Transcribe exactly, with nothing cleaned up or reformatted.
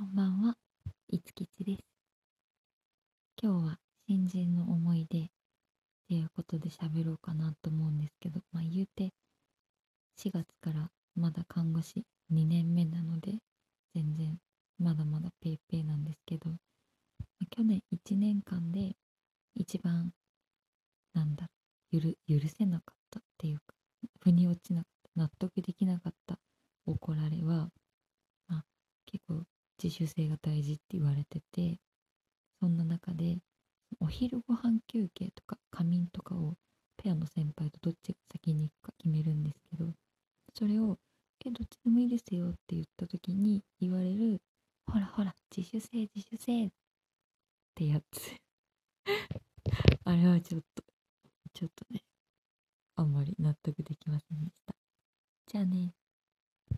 こんばんは、いつきちです。今日は新人の思い出っていうことで喋ろうかなと思うんですけど、まあ言うてしがつからまだ看護師にねんめなので、全然まだまだペーペーなんですけど、まあ去年いちねんかんで一番なんだろう、ゆる許せなかったっていうか、腑に落ちなかった、納得できなかった怒られは、まあ結構自主性が大事って言われてて、そんな中でお昼ご飯休憩とか仮眠とかをペアの先輩とどっちが先に行くか決めるんですけど、それを「えどっちでもいいですよ」って言った時に言われる「ほらほら自主性自主性」ってやつあれはちょっとちょっとね、あんまり納得できませんでした。じゃあね。